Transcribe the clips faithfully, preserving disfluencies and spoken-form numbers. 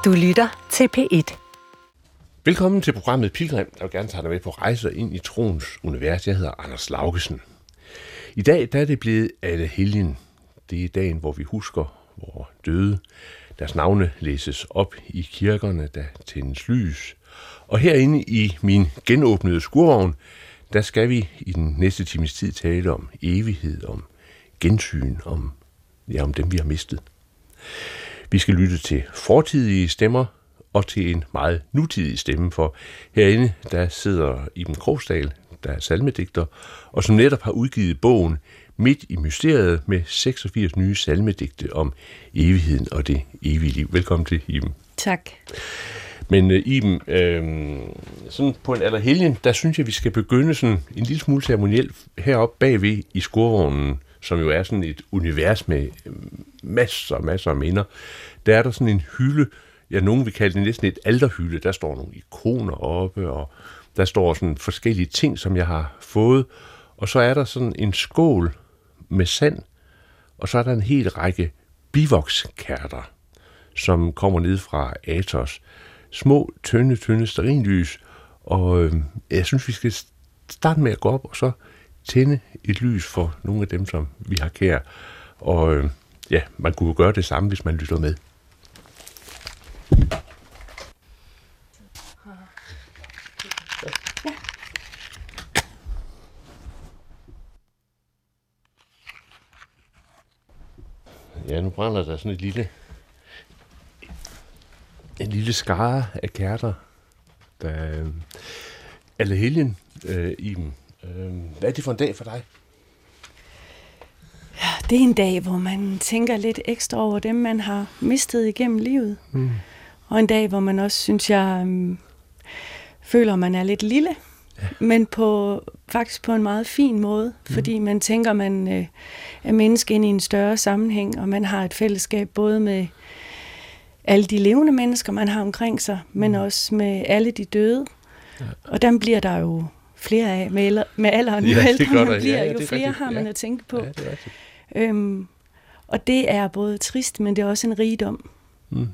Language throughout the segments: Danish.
Du lytter til P et. Velkommen til programmet Pilgrim, der vil gerne tage dig med på rejser ind i troens univers. Jeg hedder Anders Laugesen. I dag der er det blevet Allehelgen. Det er dagen, hvor vi husker vores døde. Deres navne læses op i kirkerne, der tændes lys. Og herinde i min genåbnede skurvogn, der skal vi i den næste times tid tale om evighed, om gensyn, om, ja, om dem, vi har mistet. Vi skal lytte til fortidige stemmer og til en meget nutidig stemme, for herinde der sidder Iben Krogsdal, der er salmedigter, og som netop har udgivet bogen Midt i mysteriet med seksogfirs nye salmedigte om evigheden og det evige liv. Velkommen til, Iben. Tak. Men uh, Iben, øh, sådan på en Allehelgen, der synes jeg, vi skal begynde sådan en lille smule ceremonielt heroppe bagved i skurvognen, som jo er sådan et univers med masser og masser af minder. Der er der sådan en hylde, ja, nogen vil kalde det næsten et alterhylde. Der står nogle ikoner oppe, og der står sådan forskellige ting, som jeg har fået. Og så er der sådan en skål med sand, og så er der en hel række bivokskærter, som kommer ned fra Athos. Små, tynde, tynde stearinlys, og øh, jeg synes, vi skal starte med at gå op og så tænde et lys for nogle af dem, som vi har kær. Og øh, ja, man kunne jo gøre det samme, hvis man lytter med. Ja, nu brænder der sådan et lille, en lille skare af kærter, der øh, Allehelgen, øh, Iben. Øh, hvad er det for en dag for dig? Ja, det er en dag, hvor man tænker lidt ekstra over dem, man har mistet igennem livet. Mm. Og en dag, hvor man også, synes jeg, øh, føler, man er lidt lille, ja. Men på faktisk på en meget fin måde, mm. fordi man tænker, man øh, er menneske ind i en større sammenhæng, og man har et fællesskab både med alle de levende mennesker, man har omkring sig, mm. men også med alle de døde. Ja. Og dem bliver der jo flere af med, eller, med alderen. Jo ja, ældre man bliver, ja, ja, jo flere rigtigt. har man ja. at tænke på. Ja, det er rigtigt. øhm, og det er både trist, men det er også en rigdom. Mm.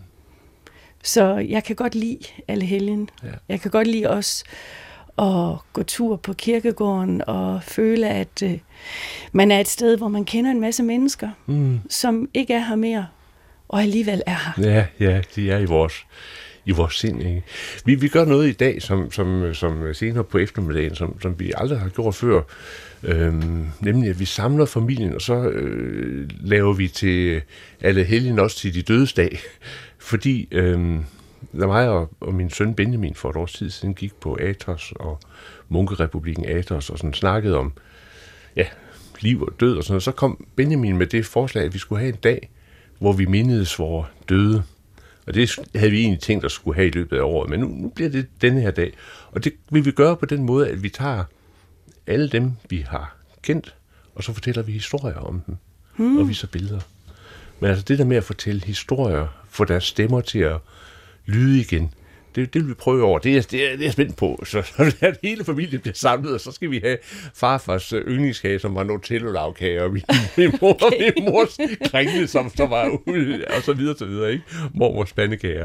Så jeg kan godt lide Allehelgen. Ja. Jeg kan godt lide også at gå tur på kirkegården og føle, at øh, man er et sted, hvor man kender en masse mennesker, mm. som ikke er her mere, og alligevel er her. Ja, ja, de er i vores, i vores sind. Ikke? Vi, vi gør noget i dag, som, som, som senere på eftermiddagen, som, som vi aldrig har gjort før, øhm, nemlig at vi samler familien, og så øh, laver vi til Allehelgen også til de dødes dag, fordi øhm, da mig og, og min søn Benjamin for et års tid siden gik på Athos og Munkerepublikken Athos og sådan snakkede om ja, liv og død og sådan noget, så kom Benjamin med det forslag, at vi skulle have en dag, hvor vi mindedes vores døde. Og det havde vi egentlig tænkt at skulle have i løbet af året, men nu, nu bliver det denne her dag. Og det vil vi gøre på den måde, at vi tager alle dem, vi har kendt, og så fortæller vi historier om dem, hmm. og viser billeder. Men altså det der med at fortælle historier, få deres stemmer til at lyde igen, det, det vil vi prøve over. Det er, det er, det er jeg spændt på. Så, så at hele familien bliver samlet, og så skal vi have farfars yndlingskage, som var Nutella-lavkage, og min, min, mor, okay. min mors kringle, som, som var ude, og så videre, så videre, ikke? Mormors pandekager.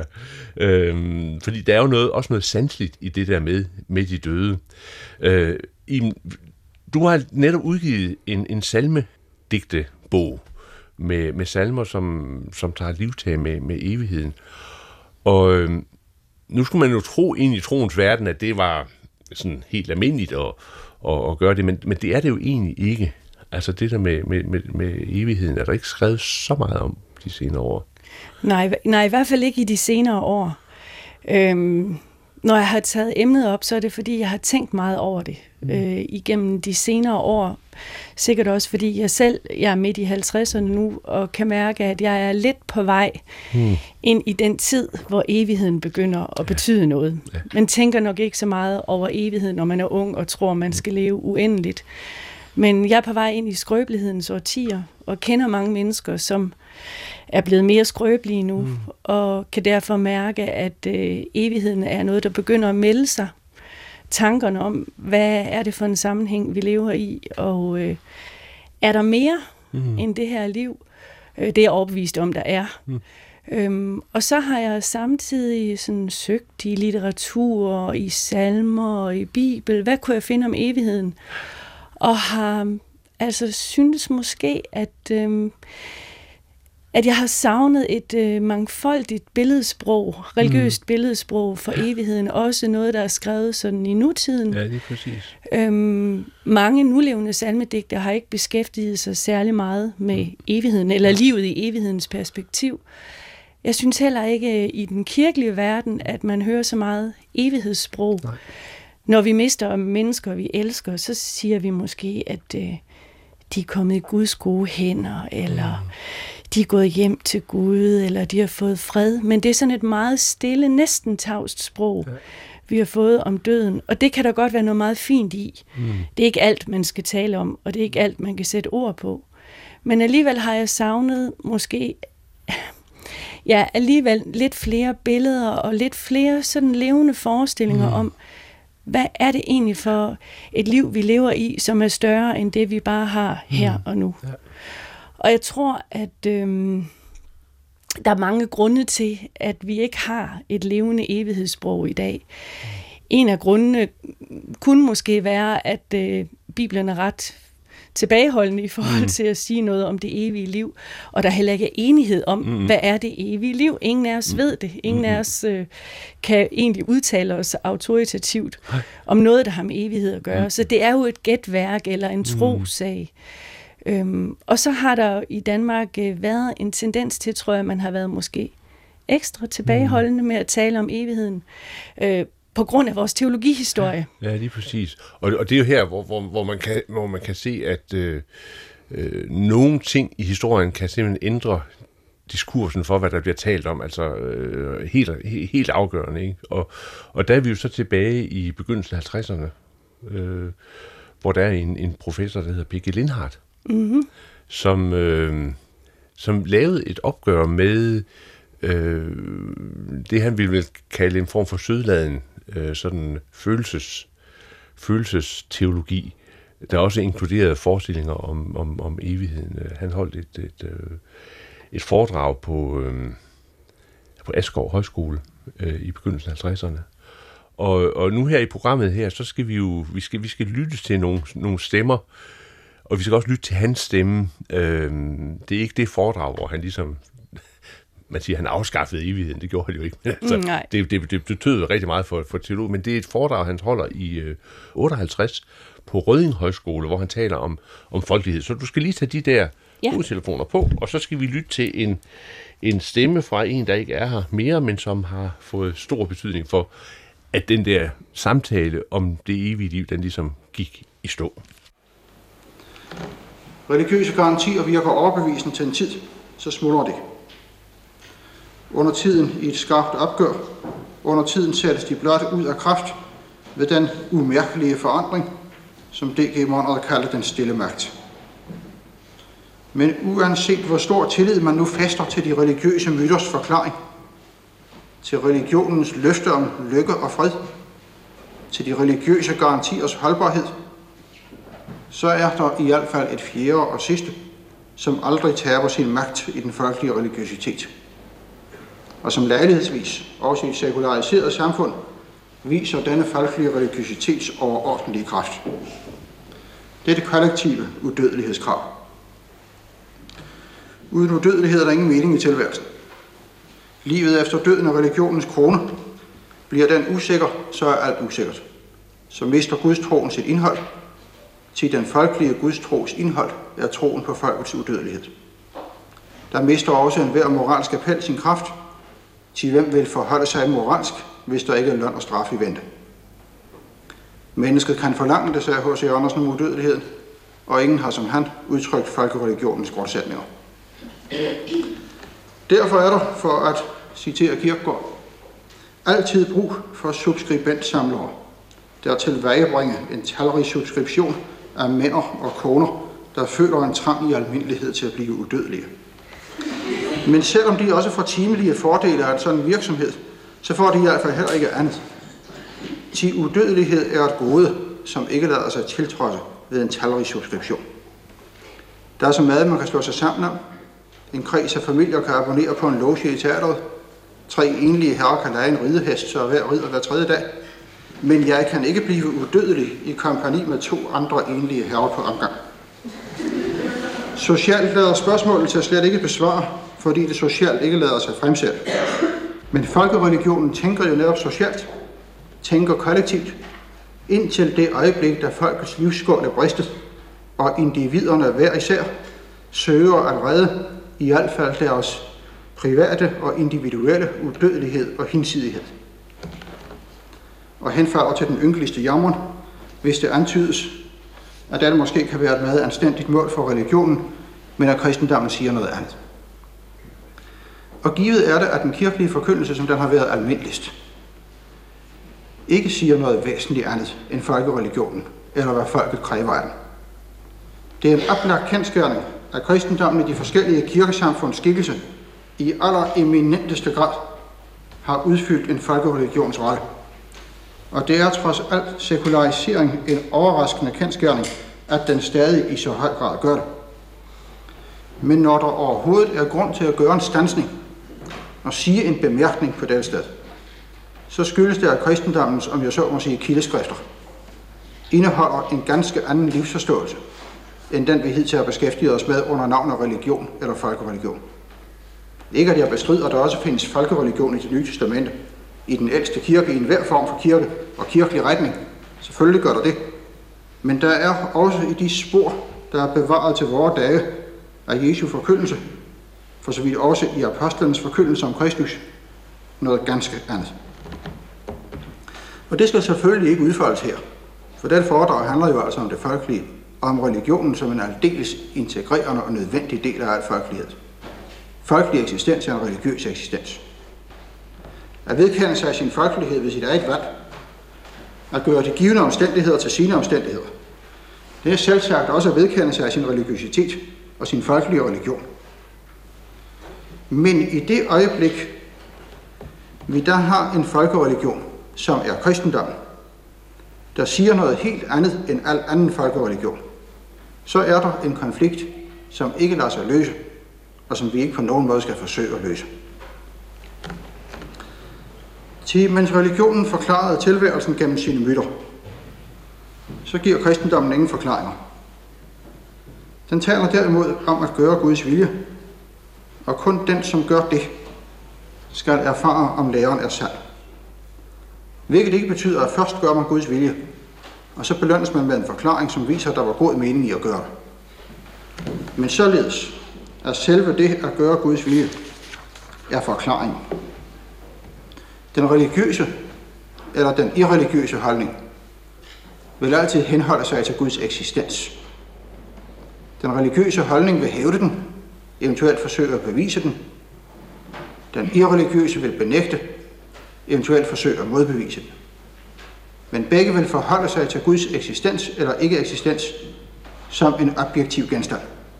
Øhm, fordi der er jo noget, også noget sanseligt i det der med, med de døde. Øh, i, du har netop udgivet en, en salmedigtebog med, med salmer, som, som tager livtag med, med evigheden. Og øhm, nu skulle man jo tro ind i troens verden, at det var sådan helt almindeligt at, at, at gøre det, men, men det er det jo egentlig ikke. Altså det der med, med, med, med evigheden, er der ikke skrevet så meget om de senere år? Nej, nej, i hvert fald ikke i de senere år. Øhm, når jeg har taget emnet op, så er det fordi, jeg har tænkt meget over det mm. øh, igennem de senere år. Sikkert også fordi jeg selv, jeg er midt i halvtredserne nu, og kan mærke, at jeg er lidt på vej mm. ind i den tid, hvor evigheden begynder at ja. betyde noget. Ja. Man tænker nok ikke så meget over evigheden, når man er ung og tror, man skal leve uendeligt. Men jeg er på vej ind i skrøbelighedens årtier, og kender mange mennesker, som er blevet mere skrøbelige nu, mm. og kan derfor mærke, at øh, evigheden er noget, der begynder at melde sig. Tankerne om, hvad er det for en sammenhæng, vi lever i, og øh, er der mere mm. end det her liv? Øh, det er jeg overbevist om, der er. Mm. Øhm, og så har jeg samtidig sådan søgt i litteratur, og i salmer og i Bibel. Hvad kunne jeg finde om evigheden? Og har altså synes måske, at, øhm, at jeg har savnet et øh, mangfoldigt billedsprog, religiøst mm. billedsprog for evigheden. Også noget, der er skrevet sådan i nutiden. Ja, det er præcis. Øhm, mange nulevende salmedigter har ikke beskæftiget sig særlig meget med evigheden, eller livet i evighedens perspektiv. Jeg synes heller ikke i den kirkelige verden, at man hører så meget evighedssprog. Nej. Når vi mister mennesker, vi elsker, så siger vi måske, at øh, de er kommet i Guds gode hænder, eller mm. de er gået hjem til Gud, eller de har fået fred. Men det er sådan et meget stille, næsten tavst sprog, ja. vi har fået om døden. Og det kan der godt være noget meget fint i. Mm. Det er ikke alt, man skal tale om, og det er ikke alt, man kan sætte ord på. Men alligevel har jeg savnet måske... Ja, alligevel lidt flere billeder og lidt flere sådan levende forestillinger mm. om, hvad er det egentlig for et liv, vi lever i, som er større end det, vi bare har her mm. og nu. Ja. Og jeg tror, at øhm, der er mange grunde til, at vi ikke har et levende evighedssprog i dag. Mm. En af grundene kunne måske være, at øh, Bibelen er ret tilbageholdende i forhold mm. til at sige noget om det evige liv, og der heller ikke er enighed om, mm. hvad er det evige liv. Ingen af os mm. ved det. Ingen mm. af os øh, kan egentlig udtale os autoritativt Hej. om noget, der har med evighed at gøre. Mm. Så det er jo et gætværk eller en trosag. Mm. Øhm, og så har der i Danmark øh, været en tendens til, tror jeg, man har været måske ekstra tilbageholdende mm. med at tale om evigheden. Øh, på grund af vores teologihistorie. Ja, ja, lige præcis. Og, og det er jo her, hvor, hvor, hvor, man, kan, hvor man kan se, at øh, øh, nogle ting i historien kan simpelthen ændre diskursen for, hvad der bliver talt om, altså øh, helt, helt, helt afgørende. Ikke? Og, og der er vi jo så tilbage i begyndelsen af halvtredserne, øh, hvor der er en, en professor, der hedder P G Lindhardt, mm-hmm. som, øh, som lavede et opgør med øh, det, han ville kalde en form for sødladen sådan følelses, følelsesteologi, der også inkluderede forestillinger om, om, om evigheden. Han holdt et, et, et foredrag på, på Askov Højskole i begyndelsen af halvtredserne. Og, og nu her i programmet her, så skal vi jo vi skal, vi skal lytte til nogle, nogle stemmer, og vi skal også lytte til hans stemme. Det er ikke det foredrag, hvor han ligesom... Man siger, han afskaffede evigheden, det gjorde han jo ikke. Men altså, mm, det, det, det betød rigtig meget for, for teolog, men det er et foredrag, han holder i øh, otteoghalvtreds på Rødding Højskole, hvor han taler om, om folkelighed. Så du skal lige tage de der ja. hovedtelefoner på, og så skal vi lytte til en, en stemme fra en, der ikke er her mere, men som har fået stor betydning for, at den der samtale om det evige liv, den ligesom gik i stå. Religiøse garantier virker overbevisende til en tid, så smuldrer det. Under tiden i et skarpt opgør, under tiden sættes de blot ud af kraft ved den umærkelige forandring, som D G Monrad kalder den stille magt. Men uanset hvor stor tillid man nu fæster til de religiøse myters forklaring, til religionens løfte om lykke og fred, til de religiøse garantiers holdbarhed, så er der i hvert fald et fjerde og sidste, som aldrig taber sin magt i den folkelige religiøsitet. Og som lejlighedsvis, også i et sekulariseret samfund, viser denne folkelige religiøsitets overordentlige kraft. Det er det kollektive udødelighedskrav. Uden udødelighed er der ingen mening i tilværelsen. Livet efter døden af religionens krone. Bliver den usikker, så er alt usikkert. Så mister gudstroen sit indhold. Til den folkelige gudstros indhold er troen på folkets udødelighed. Der mister også enhver moralsk appel sin kraft. Til hvem vil forholde sig moralsk, hvis der ikke er løn og straf i vente. Mennesket kan forlange det, sagde H C Andersen om udødeligheden, og ingen har som han udtrykt folkereligionens grundsætninger. Derfor er der, for at citere Kierkegaard, altid brug for subskribentsamlere, der tilvejebringer en talrig subskription af mænder og koner, der føler en trang i almindelighed til at blive udødelige. Men selvom de også får timelige fordele af en sådan virksomhed, så får de i hvert fald heller ikke andet. Til udødelighed er et gode, som ikke lader sig tiltræde ved en talrig subskription. Der er så meget, man kan slå sig sammen om. En kreds af familier kan abonnere på en loge i teateret. Tre enlige herrer kan lege en ridehest, så hver rider hver tredje dag. Men jeg kan ikke blive udødelig i kompagni med to andre enlige herrer på omgang. Socialt lader spørgsmålet til slet ikke besvare, fordi det socialt ikke lader sig fremsætte. Men folkereligionen tænker jo netop socialt, tænker kollektivt, indtil det øjeblik, da folkets livsskål er bristet, og individerne hver især søger at redde i hvert fald deres private og individuelle udødelighed og hinsidighed. Og henfalder til den ynkeligste jammer, hvis det antydes, at det måske kan være et meget anstændigt mål for religionen, men at kristendommen siger noget andet. Og givet er det, at den kirkelige forkyndelse, som den har været almindeligst, ikke siger noget væsentligt andet end folkereligionen, eller hvad folket kræver af den. Det er en oplagt kendsgerning, at kristendommen i de forskellige kirkesamfunds skikkelse i allereminenteste grad har udfyldt en folkereligions rolle. Og det er trods alt sekularisering en overraskende kendsgerning, at den stadig i så høj grad gør det. Men når der overhovedet er grund til at gøre en standsning og sige en bemærkning på det sted, så skyldes det, at kristendommens, om jeg så må sige, kildeskrifter indeholder en ganske anden livsforståelse, end den vi hidtil har beskæftiget os med under navnet religion eller folkereligion. Ikke at jeg bestrider, at der også findes folkereligion i Det Nye Testamente, i den ældste kirke, i enhver form for kirke og kirkelig retning. Selvfølgelig gør der det. Men der er også i de spor, der er bevaret til vore dage af Jesu forkyndelse, for så vidt også i apostlenes forkyndelse om Kristus, noget ganske andet. Og det skal selvfølgelig ikke udfoldes her, for dette foredrag handler jo altså om det folkelige, og om religionen som en aldeles integrerende og nødvendig del af al folkelighed. Folkelig eksistens er en religiøs eksistens. At vedkende sig sin folkelighed ved sit eget valg, at gøre de givne omstændigheder til sine omstændigheder, det er selvsagt også at vedkende sig sin religiøsitet og sin folkelige religion. Men i det øjeblik, vi der har en folkereligion, som er kristendommen, der siger noget helt andet end al anden folkereligion, så er der en konflikt, som ikke lader sig løse, og som vi ikke på nogen måde skal forsøge at løse. Til mens religionen forklarede tilværelsen gennem sine myter, så giver kristendommen ingen forklaringer. Den taler derimod om at gøre Guds vilje, og kun den, som gør det, skal erfare, om læren er sand. Hvilket ikke betyder, at først gør man Guds vilje, og så belønnes man med en forklaring, som viser, at der var god mening i at gøre det. Men således, at selve det at gøre Guds vilje er forklaringen. Den religiøse eller den irreligiøse holdning vil altid henholde sig til Guds eksistens. Den religiøse holdning vil hævde den, eventuelt forsøge at bevise den. Den irreligiøse vil benægte, eventuelt forsøge at modbevise den. Men begge vil forholde sig til Guds eksistens eller ikke-eksistens som en objektiv genstand.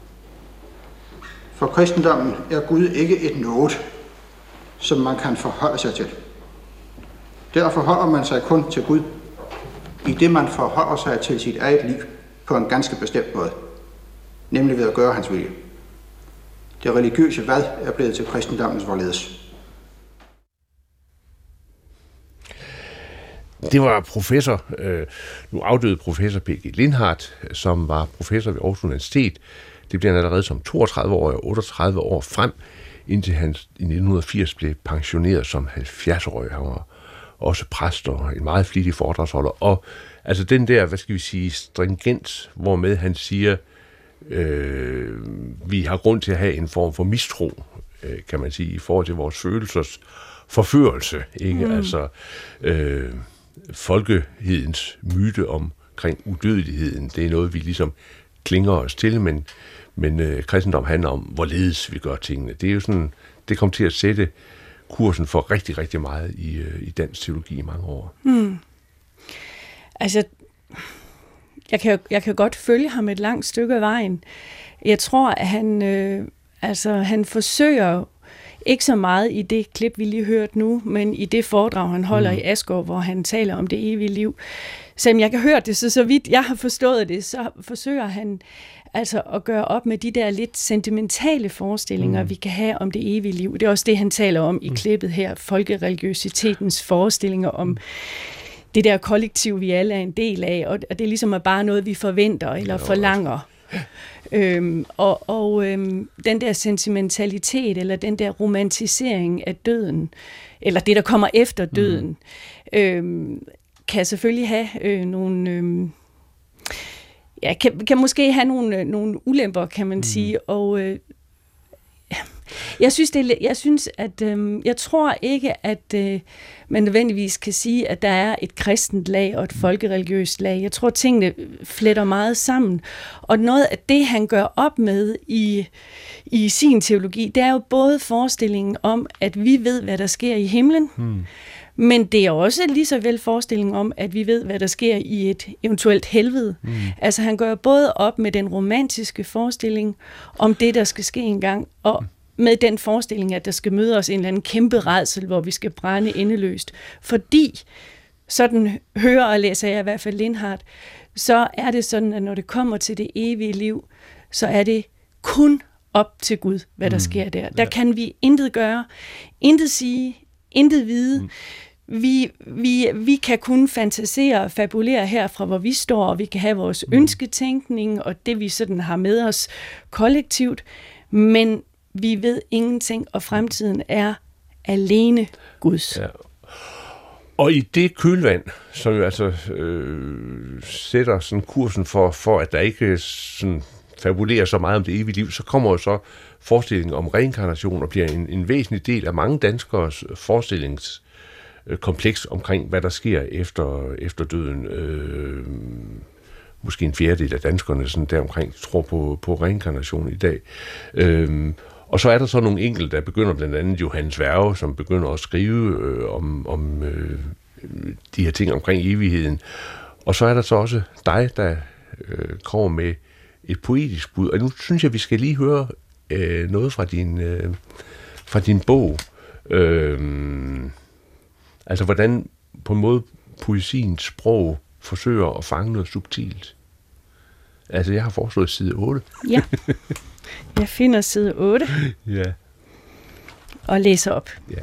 For kristendommen er Gud ikke et noget, som man kan forholde sig til. Der forholder man sig kun til Gud, i det man forholder sig til sit eget liv på en ganske bestemt måde, nemlig ved at gøre hans vilje. Det religiøse hvad er blevet til kristendommens hvorledes. Det var professor, øh, nu afdøde professor P G Lindhardt, som var professor ved Aarhus Universitet. Det blev han allerede som toogtredive-årig og otteogtredive år frem, indtil han i nitten firs blev pensioneret som halvfjerds-årig. Han var også præst og en meget flittig foredragsholder. Og altså den der, hvad skal vi sige, stringens, hvormed han siger, øh, vi har grund til at have en form for mistro, øh, kan man sige, i forhold til vores følelsers forførelse, ikke? Mm. Altså øh, folkehedens myte omkring udødeligheden, det er noget, vi ligesom klinger os til, men, men øh, kristendom handler om, hvorledes vi gør tingene. Det er jo sådan, det kommer til at sætte kursen for rigtig, rigtig meget i, øh, i dansk teologi i mange år. Mm. Altså, jeg kan, jeg kan godt følge ham et langt stykke af vejen. Jeg tror, at han, øh, altså, han forsøger Ikke så meget i det klip, vi lige hørte nu, men i det foredrag, han holder Mm. i Asgård, hvor han taler om det evige liv. Selvom jeg kan høre det, så så vidt jeg har forstået det, så forsøger han altså at gøre op med de der lidt sentimentale forestillinger, mm. vi kan have om det evige liv. Det er også det, han taler om i klippet her, folkereligiositetens forestillinger om det der kollektiv, vi alle er en del af, og det er ligesom er bare noget, vi forventer eller forlanger. Øhm, og og øhm, den der sentimentalitet, eller den der romantisering af døden, eller det, der kommer efter døden, mm. øhm, kan selvfølgelig have øh, nogle... Øh, ja, kan, kan måske have nogle, nogle ulemper, kan man mm. sige, og øh, jeg synes, det er, jeg synes, at øh, jeg tror ikke, at øh, man nødvendigvis kan sige, at der er et kristent lag og et folkereligiøst lag. Jeg tror, tingene fletter meget sammen. Og noget af det, han gør op med i, i sin teologi, det er jo både forestillingen om, at vi ved, hvad der sker i himlen, hmm. men det er også lige så vel forestillingen om, at vi ved, hvad der sker i et eventuelt helvede. Mm. Altså han gør både op med den romantiske forestilling om det, der skal ske engang, og med den forestilling, at der skal møde os en eller anden kæmpe rædsel, hvor vi skal brænde endeløst. Fordi, sådan hører og læser jeg i hvert fald Lindhardt, så er det sådan, at når det kommer til det evige liv, så er det kun op til Gud, hvad der mm. sker der. Der kan vi intet gøre, intet sige, intet vide. Mm. Vi, vi, vi kan kun fantasere og fabulere herfra, hvor vi står, og vi kan have vores mm. ønsketænkning, og det vi sådan har med os kollektivt, men vi ved ingenting, og fremtiden er alene Guds. Ja. Og i det kølvand, som jo altså øh, sætter sådan kursen for, for, at der ikke sådan fabulerer så meget om det evige liv, så kommer jo så forestillingen om reinkarnation og bliver en, en væsentlig del af mange danskers forestillingskompleks omkring, hvad der sker efter, efter døden. Øh, måske en fjerdedel af danskerne sådan deromkring tror på, på reinkarnation i dag. Øh, Og så er der så nogle enkelte, der begynder, blandt andet Johannes Værge, som begynder at skrive øh, om, om øh, de her ting omkring evigheden. Og så er der så også dig, der øh, kommer med et poetisk bud. Og nu synes jeg, vi skal lige høre øh, noget fra din, øh, fra din bog. Øh, altså, hvordan på en måde poesiens sprog forsøger at fange noget subtilt. Altså, jeg har foreslået side otte. Ja. Jeg finder side otte ja. og læser op. Ja.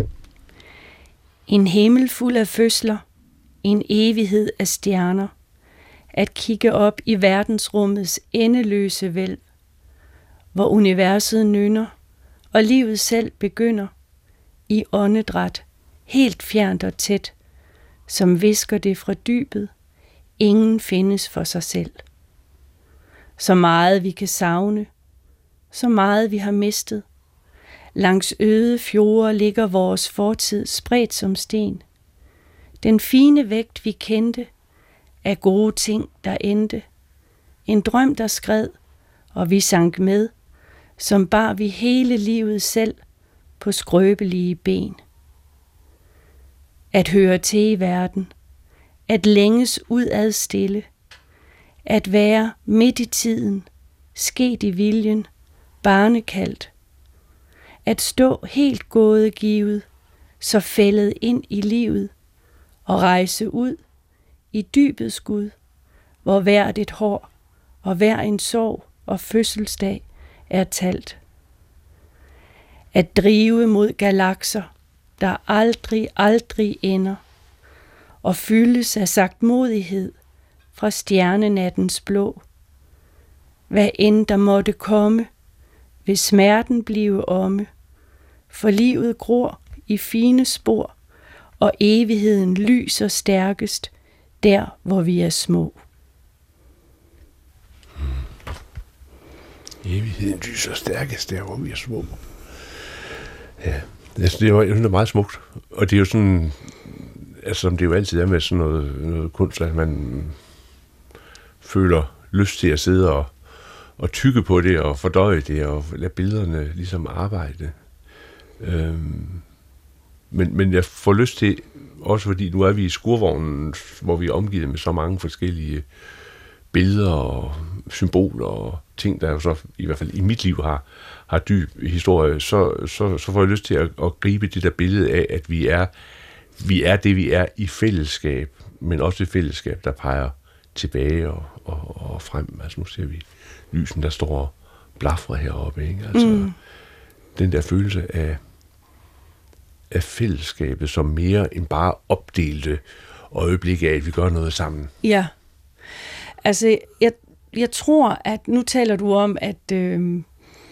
En himmel fuld af fødsler, en evighed af stjerner, at kigge op i verdensrummets endeløse væld, hvor universet nynner, og livet selv begynder, i åndedræt, helt fjernt og tæt, som visker det fra dybet, ingen findes for sig selv. Så meget vi kan savne, så meget vi har mistet. Langs øde fjorde ligger vores fortid spredt som sten. Den fine vægt vi kendte, af gode ting der endte. En drøm der skred, og vi sank med, som bar vi hele livet selv på skrøbelige ben. At høre til i verden, at længes udad stille, at være midt i tiden, sket i viljen, barnekaldt. At stå helt gådegivet, så fældet ind i livet, og rejse ud i dybets Gud, hvor hvert et hår og hver en sorg og fødselsdag er talt. At drive mod galakser, der aldrig, aldrig ender, og fyldes af sagtmodighed fra stjernenattens blå. Hvad end der måtte komme, vil smerten blive omme, for livet gror i fine spor, og evigheden lyser stærkest, der hvor vi er små. Evigheden lyser stærkest, der hvor vi er små. Ja, altså, det var det er meget smukt, og det er jo sådan, altså som det jo altid er med sådan noget, noget kunst, at man føler lyst til at sidde og og tygge på det, og fordøje det, og lade billederne ligesom arbejde. Øhm, men, men jeg får lyst til, også fordi nu er vi i skurvognen, hvor vi er omgivet med så mange forskellige billeder og symboler og ting, der jo så i hvert fald i mit liv har, har dyb historie, så, så, så får jeg lyst til at, at gribe det der billede af, at vi er, vi er det, vi er i fællesskab, men også et fællesskab, der peger tilbage og, og, og frem. Altså nu ser vi lysen, der står og blafrer heroppe, ikke? Altså mm. den der følelse af, af fællesskabet som mere end bare opdelte øjeblikke af, at vi gør noget sammen. Ja, altså jeg, jeg tror, at nu taler du om, at, øh,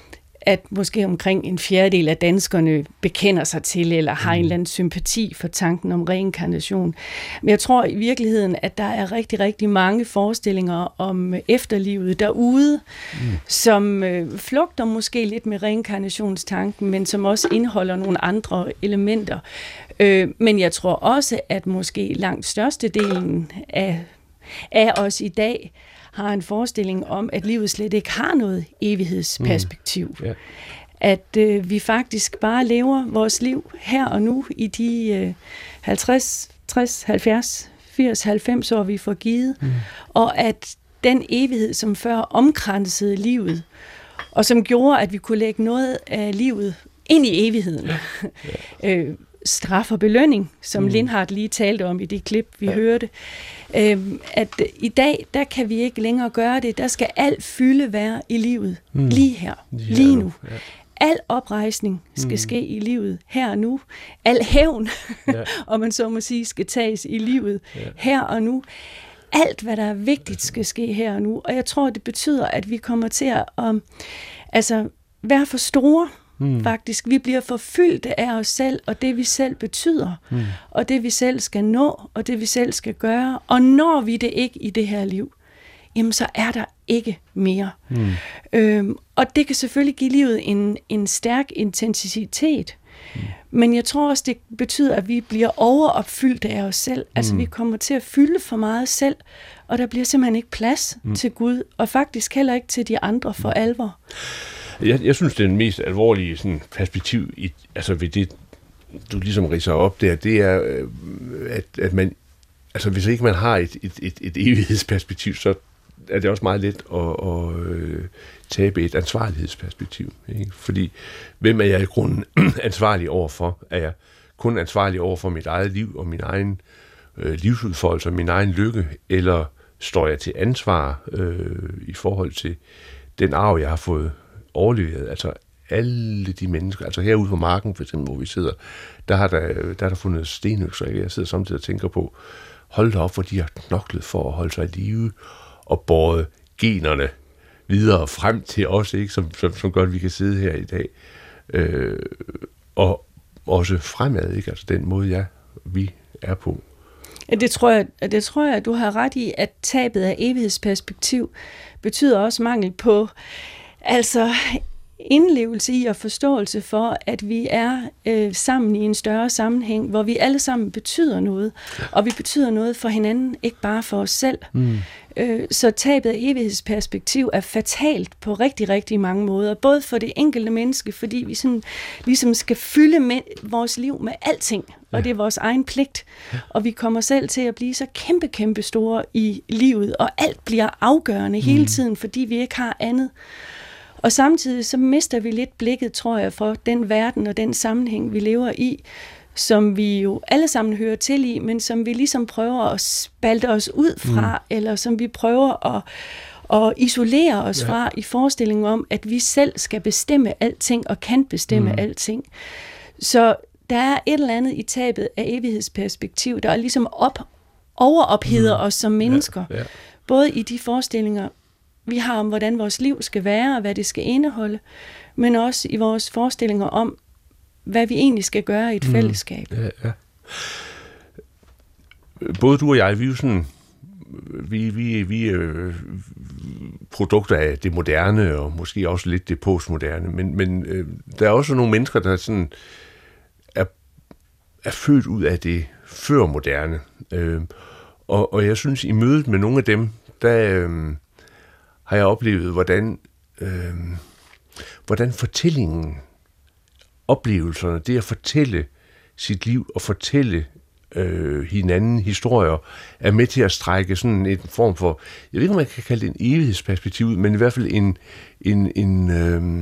at måske omkring en fjerdedel af danskerne bekender sig til, eller har mm. en eller anden sympati for tanken om reinkarnation. Men jeg tror i virkeligheden, at der er rigtig, rigtig mange forestillinger om efterlivet derude, mm. som øh, flugter måske lidt med reinkarnationstanken, men som også indeholder nogle andre elementer. Øh, men jeg tror også, at måske langt størstedelen af, af os i dag har en forestilling om, at livet slet ikke har noget evighedsperspektiv. Mm. Yeah. At øh, vi faktisk bare lever vores liv her og nu i de øh, halvtreds, tres, halvfjerds, firs, halvfems år, vi får givet. Mm. Og at den evighed, som før omkransede livet, og som gjorde, at vi kunne lægge noget af livet ind i evigheden. Yeah. øh, straf og belønning, som mm. Lindhardt lige talte om i det klip, vi ja. hørte. Øhm, at i dag, der kan vi ikke længere gøre det. Der skal al fylde være i livet. Mm. Lige her. Lige, lige nu. Ja. Al oprejsning skal mm. ske i livet her og nu. Al hævn, ja. og man så må sige, skal tages i livet ja. her og nu. Alt, hvad der er vigtigt, skal ske her og nu. Og jeg tror, det betyder, at vi kommer til at um, altså, være for store. Mm. Faktisk. Vi bliver forfyldte af os selv, og det vi selv betyder, mm. og det vi selv skal nå, og det vi selv skal gøre. Og når vi det ikke i det her liv, jamen så er der ikke mere. Mm. Øhm, og det kan selvfølgelig give livet en, en stærk intensitet. Mm. Men jeg tror også, det betyder, at vi bliver overopfyldte af os selv. Mm. Altså vi kommer til at fylde for meget selv, og der bliver simpelthen ikke plads mm. til Gud, og faktisk heller ikke til de andre for alvor. Jeg, jeg synes, det er den mest alvorlige sådan, perspektiv, i, altså ved det, du ligesom ridser op der, det er, at, at man, altså hvis ikke man har et, et, et, et evighedsperspektiv, så er det også meget let at, at øh, tabe et ansvarlighedsperspektiv. Ikke? Fordi, hvem er jeg i grunden ansvarlig overfor? Er jeg kun ansvarlig overfor mit eget liv og min egen øh, livsudfoldelse og min egen lykke, eller står jeg til ansvar øh, i forhold til den arv, jeg har fået overleveret, altså alle de mennesker, altså herude på marken for eksempel, hvor vi sidder, der har der, der, er der fundet stenøkser, ikke? Jeg sidder samtidig og tænker på, hold da op, hvor de har knoklet for at holde sig i live, og båret generne videre frem til os, ikke? Som, som, som gør, at vi kan sidde her i dag, øh, og også fremad, ikke? Altså den måde, ja, vi er på. Det tror jeg, det tror jeg, at du har ret i, at tabet af evighedsperspektiv betyder også mangel på altså indlevelse i og forståelse for, at vi er øh, sammen i en større sammenhæng, hvor vi alle sammen betyder noget, og vi betyder noget for hinanden, ikke bare for os selv. Mm. Øh, så tabet af evighedsperspektiv er fatalt på rigtig, rigtig mange måder, både for det enkelte menneske, fordi vi sådan, ligesom skal fylde med vores liv med alting, og ja. det er vores egen pligt, og vi kommer selv til at blive så kæmpe, kæmpe store i livet, og alt bliver afgørende mm. hele tiden, fordi vi ikke har andet. Og samtidig så mister vi lidt blikket, tror jeg, for den verden og den sammenhæng, vi lever i, som vi jo alle sammen hører til i, men som vi ligesom prøver at spalte os ud fra, mm. eller som vi prøver at, at isolere os ja. fra i forestillingen om, at vi selv skal bestemme alting og kan bestemme mm. alting. Så der er et eller andet i tabet af evighedsperspektiv, der er ligesom op, overopheder mm. os som mennesker. Ja. Ja. Både i de forestillinger, vi har om, hvordan vores liv skal være, og hvad det skal indeholde, men også i vores forestillinger om, hvad vi egentlig skal gøre i et mm. fællesskab. Ja, ja. Både du og jeg, vi er jo sådan, vi, vi, vi er produkter af det moderne, og måske også lidt det postmoderne, men, men øh, der er også nogle mennesker, der sådan er, er født ud af det førmoderne. Øh, og, og jeg synes, i mødet med nogle af dem, der øh, har jeg oplevet, hvordan, øh, hvordan fortællingen, oplevelserne, det at fortælle sit liv og fortælle øh, hinanden historier, er med til at strække sådan en form for, jeg ved ikke, om man kan kalde det en evighedsperspektiv ud, men i hvert fald en, en, en, øh,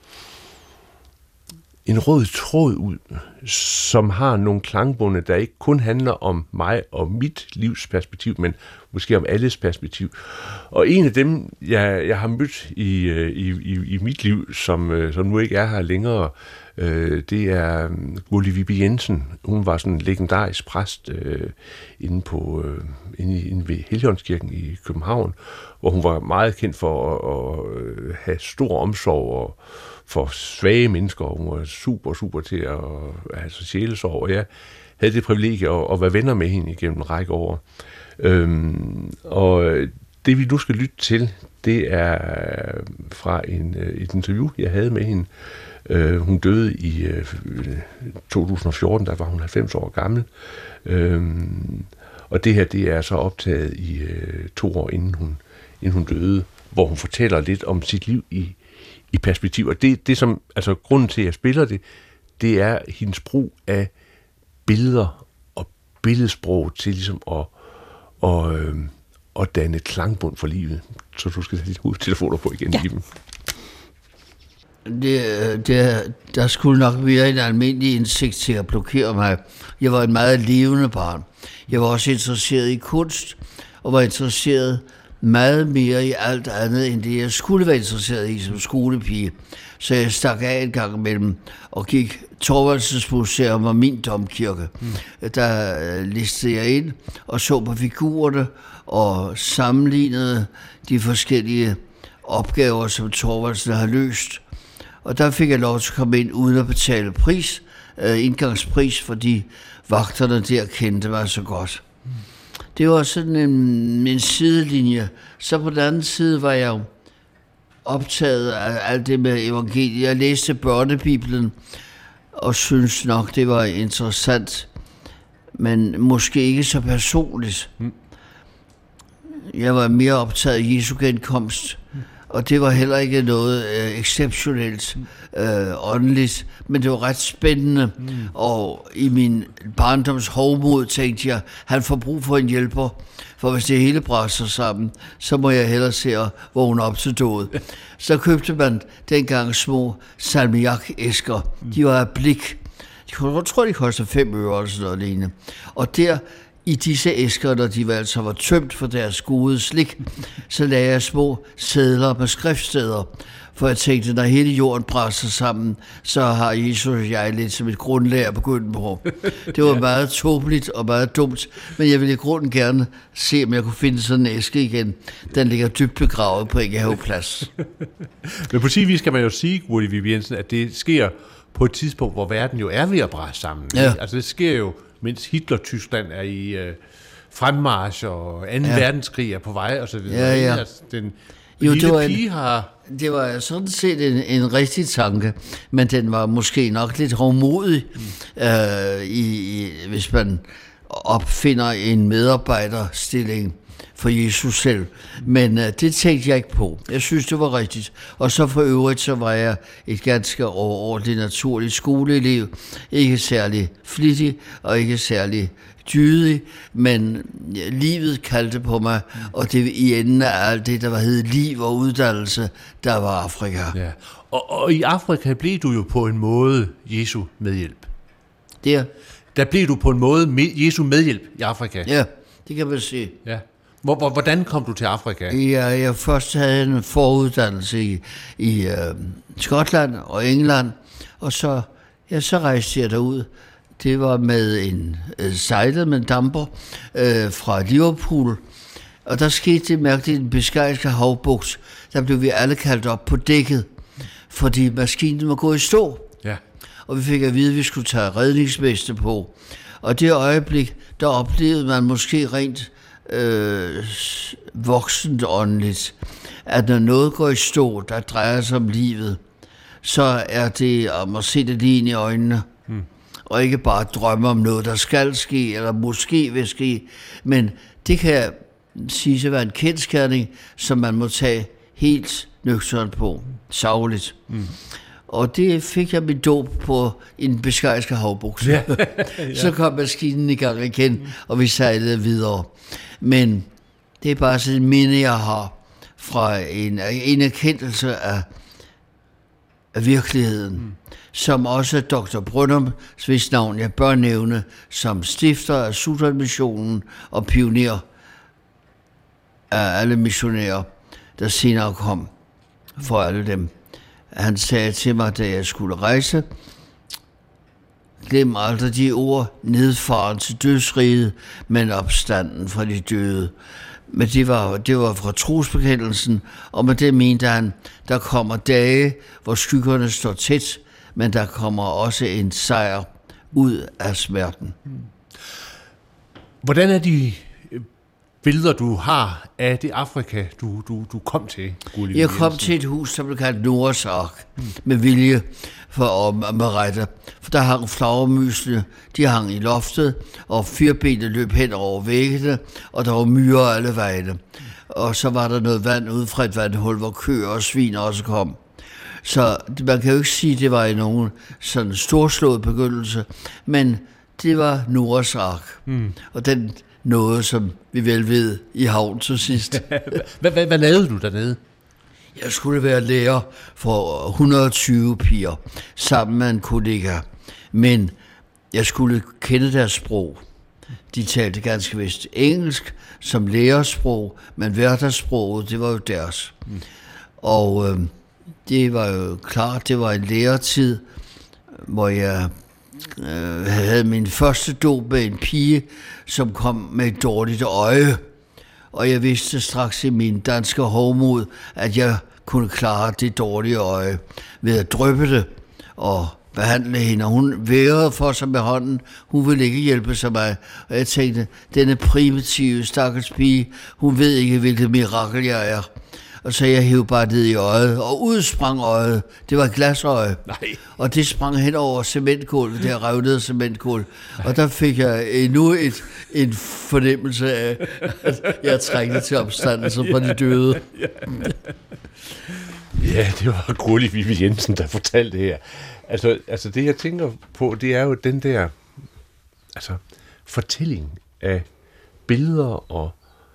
en rød tråd ud, som har nogle klangbunde, der ikke kun handler om mig og mit livs perspektiv, men måske om alles perspektiv. Og en af dem, jeg, jeg har mødt i, i, i, i mit liv, som, som nu ikke er her længere, øh, det er Gurli Viby Jensen. Hun var sådan en legendarisk præst øh, inde, på, øh, inde, inde ved Helligåndskirken i København, hvor hun var meget kendt for at, at have stor omsorg og for svage mennesker, og hun var super, super til at have så sjælesorg, og jeg havde det privilegie at, at være venner med hende igennem en række år. Øhm, og det vi nu skal lytte til, det er fra en, et interview, jeg havde med hende. Øh, hun døde i øh, to tusind og fjorten, der var hun halvfems år gammel. Øhm, og det her, det er så optaget i øh, to år inden hun, inden hun døde, hvor hun fortæller lidt om sit liv i i perspektiv. Og det, det som, altså grunden til, at jeg spiller det, det er hendes brug af billeder og billedsprog til ligesom at, og, øh, at danne klangbund for livet. Så du skal have dit hovedtelefoner på igen. Ja. Det, det, der skulle nok være en almindelig indsigt til at blokere mig. Jeg var et meget levende barn. Jeg var også interesseret i kunst, og var interesseret meget mere i alt andet, end det jeg skulle være interesseret i som skolepige. Så jeg stak af en gang imellem og gik Thorvaldsens Museum og min domkirke. Mm. Der listede jeg ind og så på figurerne og sammenlignede de forskellige opgaver, som Thorvaldsen har løst. Og der fik jeg lov til at komme ind uden at betale pris, øh, indgangspris, fordi vagterne der kendte mig så godt. Mm. Det var sådan en, en sidelinje. Så på den anden side var jeg jo optaget af alt det med evangeliet. Jeg læste børnebiblen og synes nok, det var interessant, men måske ikke så personligt. Mm. Jeg var mere optaget af Jesu genkomst, mm. og det var heller ikke noget øh, exceptionelt øh, åndeligt, men det var ret spændende. Mm. Og i min barndoms hovmod tænkte jeg, han får brug for en hjælper, for hvis det hele brænder sammen, så må jeg hellere se at vågne op til død. Så købte man dengang små salmiak-æsker. De var af blik. Jeg tror, de kostede fem øre eller sådan noget lignende. Og der i disse æsker, når de altså var tømt for deres gode slik, så lagde jeg små sedler med skriftsteder. For jeg tænkte, når hele jorden brænder sammen, så har Jesus og jeg lidt som et grundlag at begynde på. Det var meget tåbeligt og meget dumt, men jeg ville i grunden gerne se, om jeg kunne finde sådan en æske igen. Den ligger dybt begravet på Ingehaveplads. Men på sin vis kan man jo sige, Gurli Viby Jensen, at det sker på et tidspunkt, hvor verden jo er ved at brænde sammen. Ja. Altså det sker jo, mens Hitler-Tyskland er i øh, fremmarch, og anden ja. verdenskrig er på vej, og så videre. Ja, ja. Altså, den Jo, lille det var pige en, har... Det var sådan set en, en rigtig tanke, men den var måske nok lidt hovmodig, mm. øh, i, i, hvis man opfinder en medarbejderstilling for Jesus selv. Men øh, det tænkte jeg ikke på. Jeg synes, det var rigtigt. Og så for øvrigt, så var jeg et ganske overordentligt naturligt skoleelev. Ikke særlig flittig og ikke særlig dydig, men livet kaldte på mig, og det i enden af alt det, der var hed liv og uddannelse, der var Afrika. Ja. Og, og i Afrika blev du jo på en måde Jesu medhjælp. Der? Der blev du på en måde med Jesu medhjælp i Afrika. Ja, det kan man sige. Ja. Hvor, hvor, hvordan kom du til Afrika? Jeg, jeg først havde en foruddannelse i, i øh, Skotland og England, og så, ja, så rejste jeg derud. Det var med en øh, sejlet med en damper øh, fra Liverpool, og der skete det mærkeligt i den beskariske havbugt. Der blev vi alle kaldt op på dækket, fordi maskinen var gået i stå. Ja. Og vi fik at vide, at vi skulle tage redningsveste på. Og det øjeblik, der oplevede man måske rent øh, voksent åndeligt, at når noget går i stå, der drejer sig om livet, så er det om at se det lige ind i øjnene. Hmm. Og ikke bare drømme om noget, der skal ske, eller måske vil ske. Men det kan sige at være en kendsgerning, som man må tage helt nøgternt på, sagligt. Mm. Og det fik jeg mit dåb på en beskejske havbukse. Ja. Ja. Så kom maskinen i gang igen, og vi sejlede videre. Men det er bare sådan en minde, jeg har fra en, en erkendelse af, af virkeligheden, mm. som også doktor Brøndum, hvis navn jeg bør nævne, som stifter af Sudan-missionen og pioner af alle missionærer, der senere kom for alle dem. Han sagde til mig, da jeg skulle rejse, glem aldrig de ord, nedfaren til dødsriget, men opstanden fra de døde. Men det var, det var fra trosbekendelsen, og med det mente han, der kommer dage, hvor skyggerne står tæt, men der kommer også en sejr ud af smerten. Hvordan er de billeder, du har af det Afrika, du, du, du kom til? Gulli Jeg kom til et hus, der blev kaldt Noahs Ark, mm. med vilje for Merete. For der hang flagermusene, de hang i loftet, og firbenene løb hen over væggene, og der var myrer alle vegne. Og så var der noget vand ude fra et vandhul, hvor køer og svin også kom. Så man kan jo ikke sige, at det var i nogen sådan storslået begyndelse, men det var Noahs Ark. Mm. Og den noget, som vi vel ved i havn til sidst. hvad, hvad, hvad lavede du dernede? Jeg skulle være lærer for et hundrede og tyve piger, sammen med en kollega. Men jeg skulle kende deres sprog. De talte ganske vist engelsk som lærersprog, men hverdagssproget, det var jo deres. Mm. Og øh, det var jo klart, det var en læretid, hvor jeg øh, havde min første dåb med en pige, som kom med et dårligt øje. Og jeg vidste straks i min danske hovmod, at jeg kunne klare det dårlige øje ved at dryppe det og behandle hende. Hun værede for sig med hånden. Hun ville ikke hjælpe sig mig. Og jeg tænkte, denne primitive stakkels pige, hun ved ikke, hvilket mirakel jeg er. Og så jeg hævde bare ned i øjet, og ud sprang øjet. Det var et glasøje. Nej. Og det sprang hen over cementkål, det revnede cementkål. Og der fik jeg endnu et, en fornemmelse af, at jeg trængte til opstandelse fra de døde. Ja, det var Gulli Vivi Jensen, der fortalte det her. Altså, altså det, jeg tænker på, det er jo den der altså, fortælling af billeder og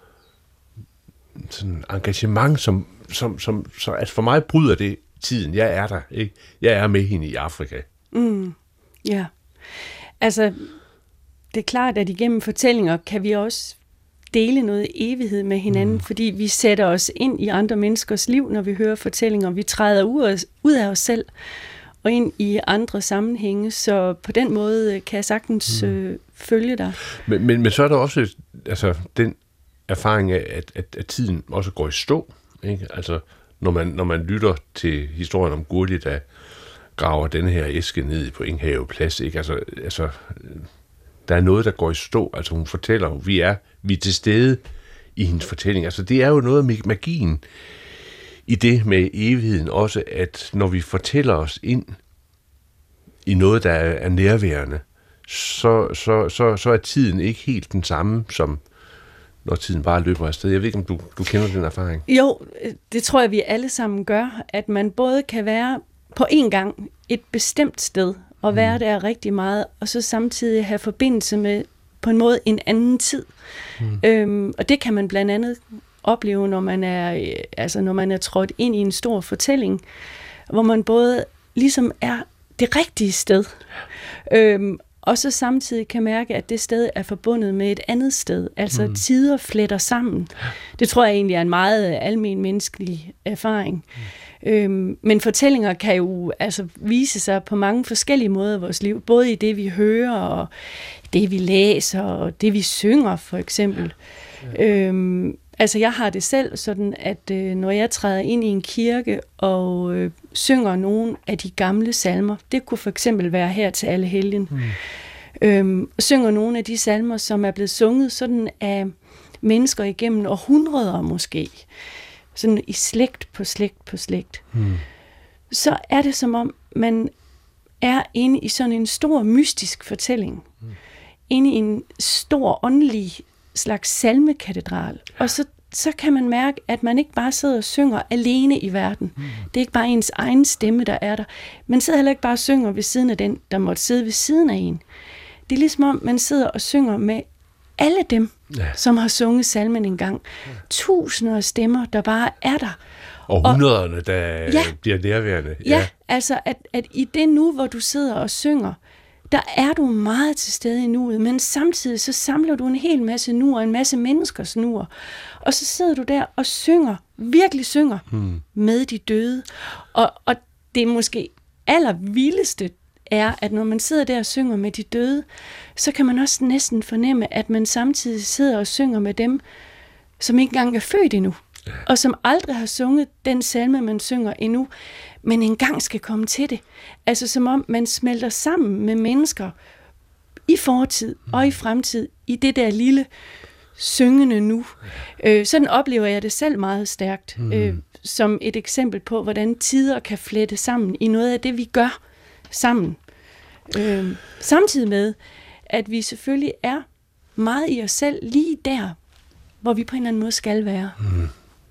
sådan engagement, som, som, som så, altså for mig bryder det tiden. Jeg er der, ikke? Jeg er med hende i Afrika. Mm, ja. Altså, det er klart, at igennem fortællinger kan vi også dele noget evighed med hinanden, mm. fordi vi sætter os ind i andre menneskers liv, når vi hører fortællinger. Vi træder ud af os selv og ind i andre sammenhænge, så på den måde kan jeg sagtens mm. øh, følge dig. Men, men, men så er der også altså, den erfaring af, at, at, at tiden også går i stå. Ikke? Altså, når man, når man lytter til historien om Gulli, der graver denne her æske ned på Enghave Plads, ikke? Altså, altså, der er noget, der går i stå. Altså, hun fortæller, vi er, vi er til stede i hendes fortælling. Altså, det er jo noget af magien i det med evigheden også, at når vi fortæller os ind i noget, der er nærværende, så, så, så, så er tiden ikke helt den samme, som når tiden bare løber afsted. Jeg ved ikke, om du, du kender den erfaring? Jo, det tror jeg, vi alle sammen gør, at man både kan være på en gang et bestemt sted, og være mm. der rigtig meget, og så samtidig have forbindelse med på en måde en anden tid. Mm. Øhm, og det kan man blandt andet opleve, når man er, altså når man er trådt ind i en stor fortælling, hvor man både ligesom er det rigtige sted, øhm, og så samtidig kan mærke, at det sted er forbundet med et andet sted. Altså mm. tider fletter sammen. Det tror jeg egentlig er en meget almen menneskelig erfaring. Mm. Øhm, men fortællinger kan jo altså vise sig på mange forskellige måder i vores liv. Både i det, vi hører, og det, vi læser, og det, vi synger, for eksempel. Ja. Ja. Øhm, altså, jeg har det selv sådan, at øh, når jeg træder ind i en kirke og øh, synger nogle af de gamle salmer, det kunne for eksempel være her til alle helgen, mm. øhm, og synger nogle af de salmer, som er blevet sunget sådan af mennesker igennem århundreder måske, sådan i slægt på slægt på slægt, mm. så er det som om, man er inde i sådan en stor mystisk fortælling, mm. inde i en stor åndelig slags salmekatedral, og så så kan man mærke, at man ikke bare sidder og synger alene i verden. Mm. Det er ikke bare ens egen stemme, der er der. Man sidder heller ikke bare og synger ved siden af den, der måtte sidde ved siden af en. Det er ligesom om, man sidder og synger med alle dem, ja. som har sunget salmen engang. Ja. Tusinder af stemmer, der bare er der. Og hundrederne, der ja, bliver nærværende. Ja, ja, altså at, at i det nu, hvor du sidder og synger, der er du meget til stede i nuet, men samtidig så samler du en hel masse nuer, en masse menneskers nuer, og så sidder du der og synger, virkelig synger, hmm. med de døde. Og, og det måske allervildeste er, at når man sidder der og synger med de døde, så kan man også næsten fornemme, at man samtidig sidder og synger med dem, som ikke engang er født endnu, ja. og som aldrig har sunget den salme, man synger endnu, men engang skal komme til det. Altså som om man smelter sammen med mennesker i fortid mm. og i fremtid, i det der lille syngende nu. Øh, sådan oplever jeg det selv meget stærkt, mm. øh, som et eksempel på, hvordan tider kan flette sammen i noget af det, vi gør sammen. Øh, samtidig med, at vi selvfølgelig er meget i os selv lige der, hvor vi på en eller anden måde skal være. Mm.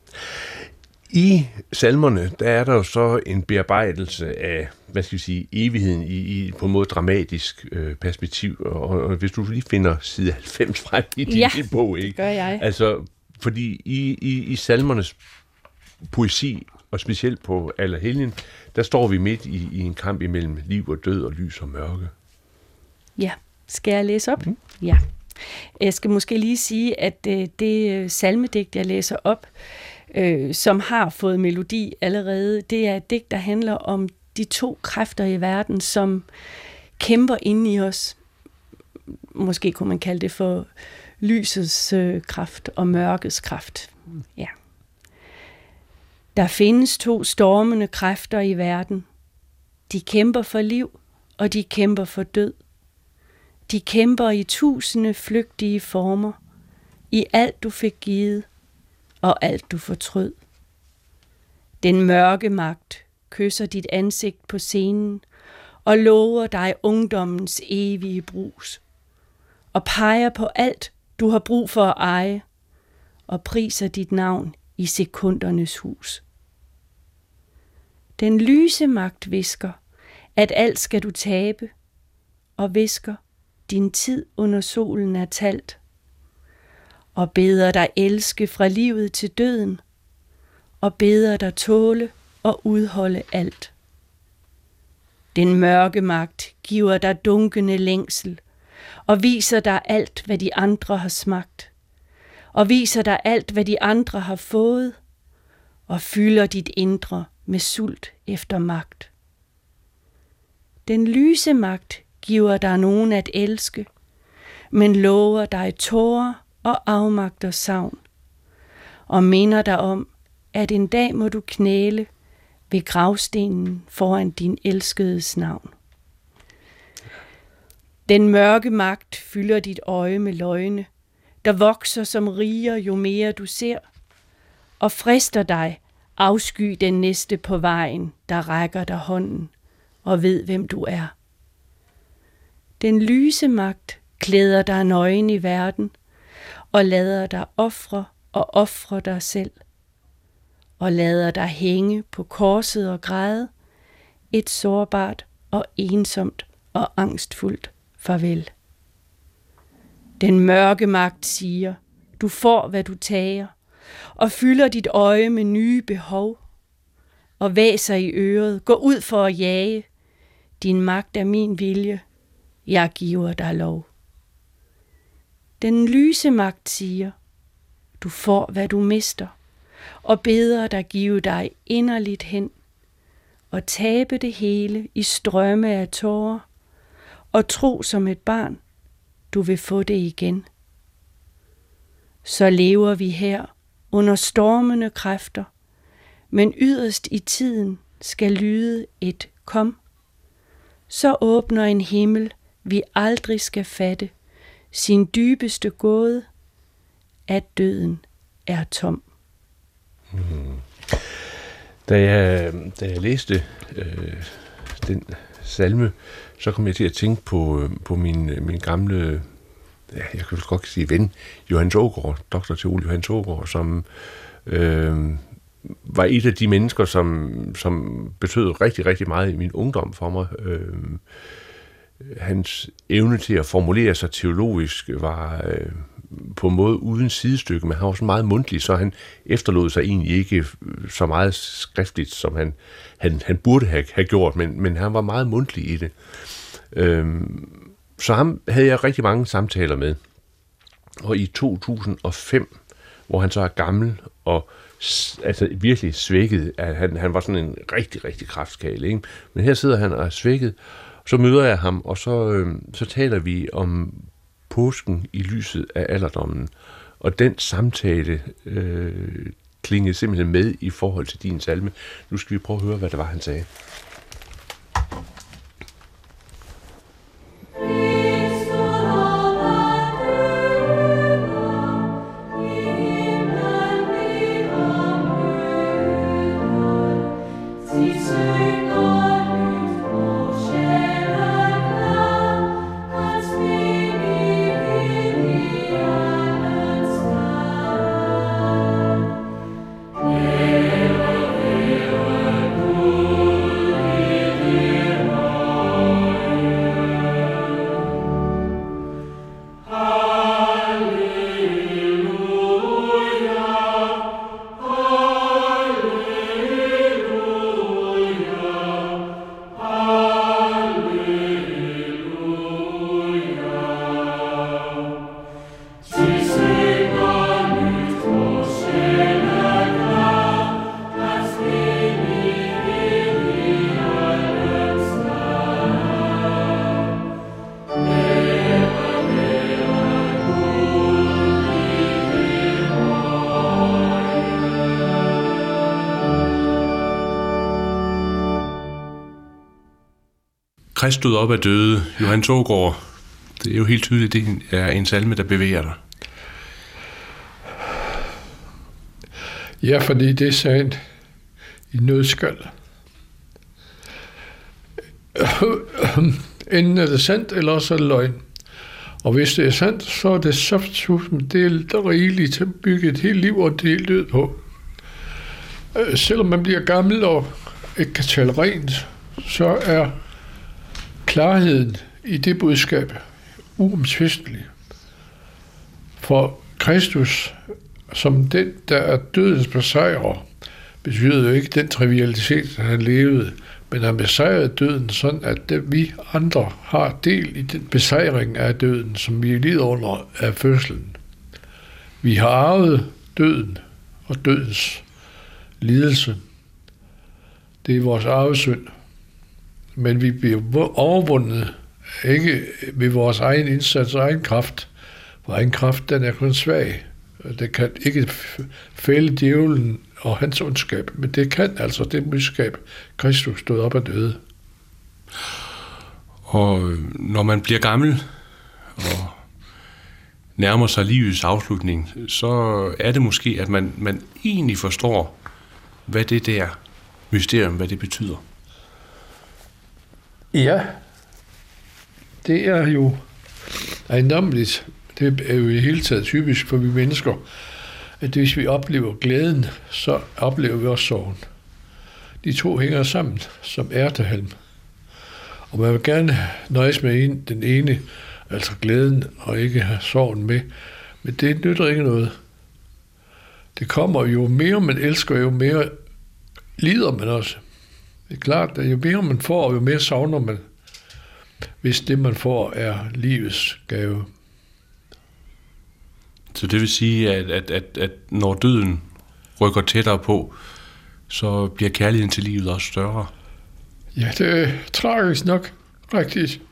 I salmerne, der er der jo så en bearbejdelse af, hvad skal vi sige, evigheden i, i på en måde dramatisk øh, perspektiv, og, og hvis du lige finder side halvfems frem i din ja, bog, ikke? gør jeg. Altså, fordi i, i, i salmernes poesi, og specielt på Allerhelgen, der står vi midt i, i en kamp imellem liv og død og lys og mørke. Ja, skal jeg læse op? Mm. Ja. Jeg skal måske lige sige, at øh, det salmedigt, jeg læser op, Øh, som har fået melodi allerede, det er et digt, der handler om de to kræfter i verden, som kæmper inde i os. Måske kunne man kalde det for lysets øh, kraft og mørkets kraft. Ja. Der findes to stormende kræfter i verden. De kæmper for liv, og de kæmper for død. De kæmper i tusinde flygtige former, i alt du fik givet, og alt du fortrød. Den mørke magt kysser dit ansigt på scenen og lover dig ungdommens evige brus, og peger på alt, du har brug for at eje, og priser dit navn i sekundernes hus. Den lyse magt visker, at alt skal du tabe, og visker, din tid under solen er talt, og beder dig elske fra livet til døden, og beder dig tåle og udholde alt. Den mørke magt giver dig dunkende længsel, og viser dig alt, hvad de andre har smagt, og viser dig alt, hvad de andre har fået, og fylder dit indre med sult efter magt. Den lyse magt giver dig nogen at elske, men lover dig tårer og afmagt og savn, og minder dig om, at en dag må du knæle ved gravstenen foran din elskedes navn. Den mørke magt fylder dit øje med løgne, der vokser som riger, jo mere du ser, og frister dig, afsky den næste på vejen, der rækker dig hånden og ved, hvem du er. Den lyse magt klæder dig nøgen i verden, og lader dig ofre og ofre dig selv, og lader dig hænge på korset og græde, et sårbart og ensomt og angstfuldt farvel. Den mørke magt siger, du får, hvad du tager, og fylder dit øje med nye behov, og væser i øret, gå ud for at jage, din magt er min vilje, jeg giver dig lov. Den lyse magt siger, du får, hvad du mister, og beder dig give dig inderligt hen, og tabe det hele i strømme af tårer, og tro som et barn, du vil få det igen. Så lever vi her under stormende kræfter, men yderst i tiden skal lyde et kom. Så åbner en himmel, vi aldrig skal fatte, sin dybeste gåde, at døden er tom. Hmm. Da jeg, da jeg læste øh, den salme, så kom jeg til at tænke på, på min, min gamle ja, jeg kan godt sige ven, Johan Aagaard, doktor teolog Johan Aagaard, som øh, var et af de mennesker, som, som betød rigtig, rigtig meget i min ungdom for mig. Øh, hans evne til at formulere sig teologisk var øh, på en måde uden sidestykke, men han var også meget mundtlig, så han efterlod sig egentlig ikke så meget skriftligt, som han, han, han burde have, have gjort, men, men han var meget mundtlig i det. Øh, så ham havde jeg rigtig mange samtaler med. Og i to tusind og fem, hvor han så er gammel og altså virkelig svækket, at han, han var sådan en rigtig, rigtig kraftkagel, ikke? Men her sidder han og er svækket, så møder jeg ham, og så, øh, så taler vi om påsken i lyset af alderdommen. Og den samtale øh, klingede simpelthen med i forhold til din salme. Nu skal vi prøve at høre, hvad det var, han sagde. Krist stod op af døde, Johan Aagaard. Det er jo helt tydeligt, det er en salme, der bevæger dig. Ja, fordi det er sagen i nødskal. Enten er det sandt, eller også er det løgn. Og hvis det er sandt, så er det saftsusme delt og rigeligt til at bygge et helt liv og delt ud på. Selvom man bliver gammel og ikke kan tale rent, så er klarheden i det budskab uomtvistelig. For Kristus, som den, der er dødens besejrer, betyder jo ikke den trivialitet, at han levede, men han besejrede døden, sådan at det, vi andre har del i den besejring af døden, som vi lider under af fødslen. Vi har arvet døden og dødens lidelse. Det er vores arvesynd. Men vi bliver overvundet ikke ved vores egen indsats og egen kraft. For egen kraft, den er kun svag. Det kan ikke fælde djævlen og hans ondskab, men det kan altså det budskab, Kristus stod op af døde. Og når man bliver gammel og nærmer sig livets afslutning, så er det måske, at man, man egentlig forstår, hvad det der mysterium, hvad det betyder. Ja, det er jo ejendommeligt. Det er jo i hele taget typisk for vi mennesker, at hvis vi oplever glæden, så oplever vi også sorgen. De to hænger sammen som ærtehalm. Og man vil gerne nøjes med en, den ene, altså glæden, og ikke have sorgen med. Men det nytter ikke noget. Det kommer jo mere man elsker, jo mere lider man også. Det er klart, at jo mere man får, jo mere savner man, hvis det man får er livets gave. Så det vil sige, at, at, at, at når døden rykker tættere på, så bliver kærligheden til livet også større. Ja, det er tragisk nok rigtigt.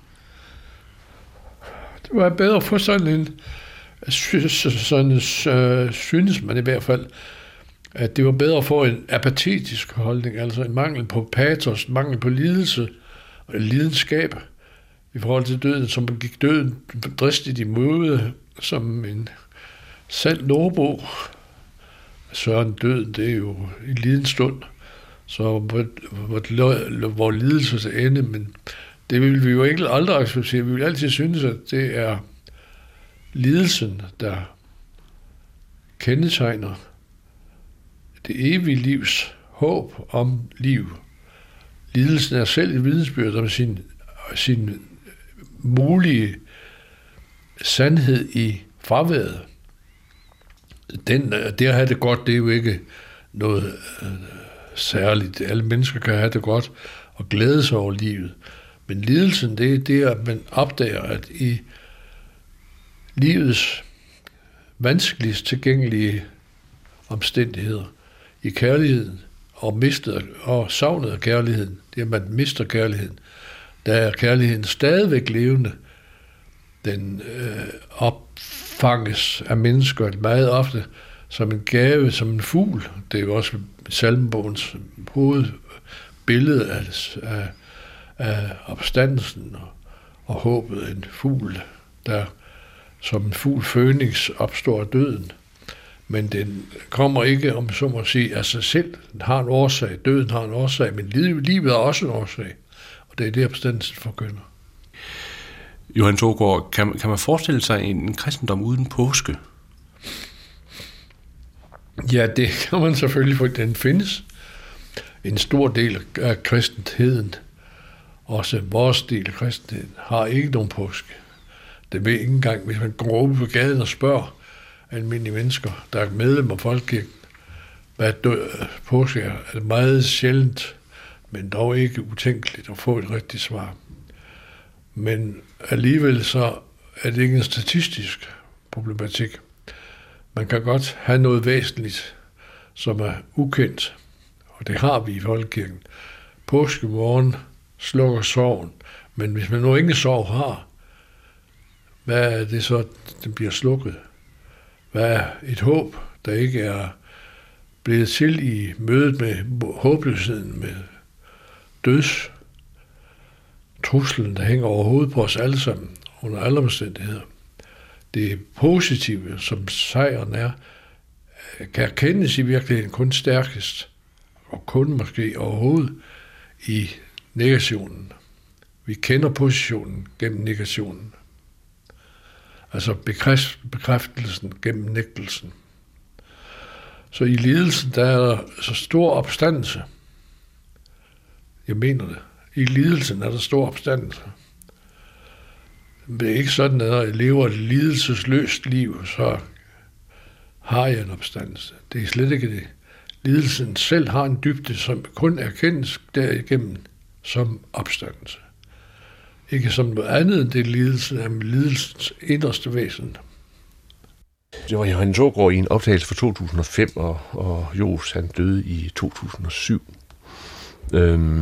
Det var bedre at få sådan en, sådan, øh, synes man i hvert fald, at det var bedre at få en apatetisk holdning, altså en mangel på patos, en mangel på lidelse og lidenskab i forhold til døden, som man gik døden dristigt i møde som en sand nordbo. Søren døden, det er jo en lidens stund, så hvor, hvor, hvor lidelse til ende, men det vil vi jo ikke aldrig acceptere. Vi vil altid synes, at det er lidelsen, der kendetegner det evige livs håb om liv. Lidelsen er selv et vidensbyrd om sin, sin mulige sandhed i fraværet. Den, det at have det godt, det er jo ikke noget øh, særligt. Alle mennesker kan have det godt og glæde sig over livet. Men lidelsen, det er det, at man opdager, at i livets vanskeligst tilgængelige omstændigheder, i kærligheden og mistet og savnet af kærligheden, det er, at man mister kærligheden, der er kærligheden stadigvæk levende. Den øh, opfanges af mennesker meget ofte som en gave, som en fugl. Det er jo også salmebogens hovedbillede af, af, af opstandelsen og, og håbet. En fugl, der som en fugl fønix opstår af døden. Men den kommer ikke, om så må sige, af sig selv. Den har en årsag. Døden har en årsag, men livet er også en årsag. Og det er det, opstandelsen forkynder. Johan Thorgård, kan, kan man forestille sig en, en kristendom uden påske? Ja, det kan man selvfølgelig, for den findes. En stor del af kristenheden, også vores del af kristenheden, har ikke nogen påske. Det ved ikke engang, hvis man går ud på gaden og spørger almindelige mennesker, der er medlem af folkekirken, hvad påske er, er meget sjældent, men dog ikke utænkeligt at få et rigtigt svar. Men alligevel så er det ikke en statistisk problematik. Man kan godt have noget væsentligt, som er ukendt, og det har vi i folkekirken. Påskemorgen slukker sorgen, men hvis man nu ingen sorg har, hvad er det så, den bliver slukket? Hvad er et håb, der ikke er blevet til i mødet med håbløsheden, med døds truslen, der hænger over hovedet på os alle sammen, under alle omstændigheder. Det positive, som sejren er, kan erkendes i virkeligheden kun stærkest, og kun måske overhovedet, i negationen. Vi kender positionen gennem negationen. Altså bekræftelsen gennem nægtelsen. Så i lidelsen, der er der så stor opstandelse. Jeg mener det. I lidelsen er der stor opstandelse. Det er ikke sådan, at når jeg lever et lidelsesløst liv, så har jeg en opstandelse. Det er slet ikke det. Lidelsen selv har en dybde, som kun erkendes derigennem som opstandelse. Ikke som noget andet end det lidelsen er med lidelsens inderste væsen. Det var Johan Thorgård i en optagelse fra to tusind og fem, og, og Johs, han døde i to tusind og syv. Øhm,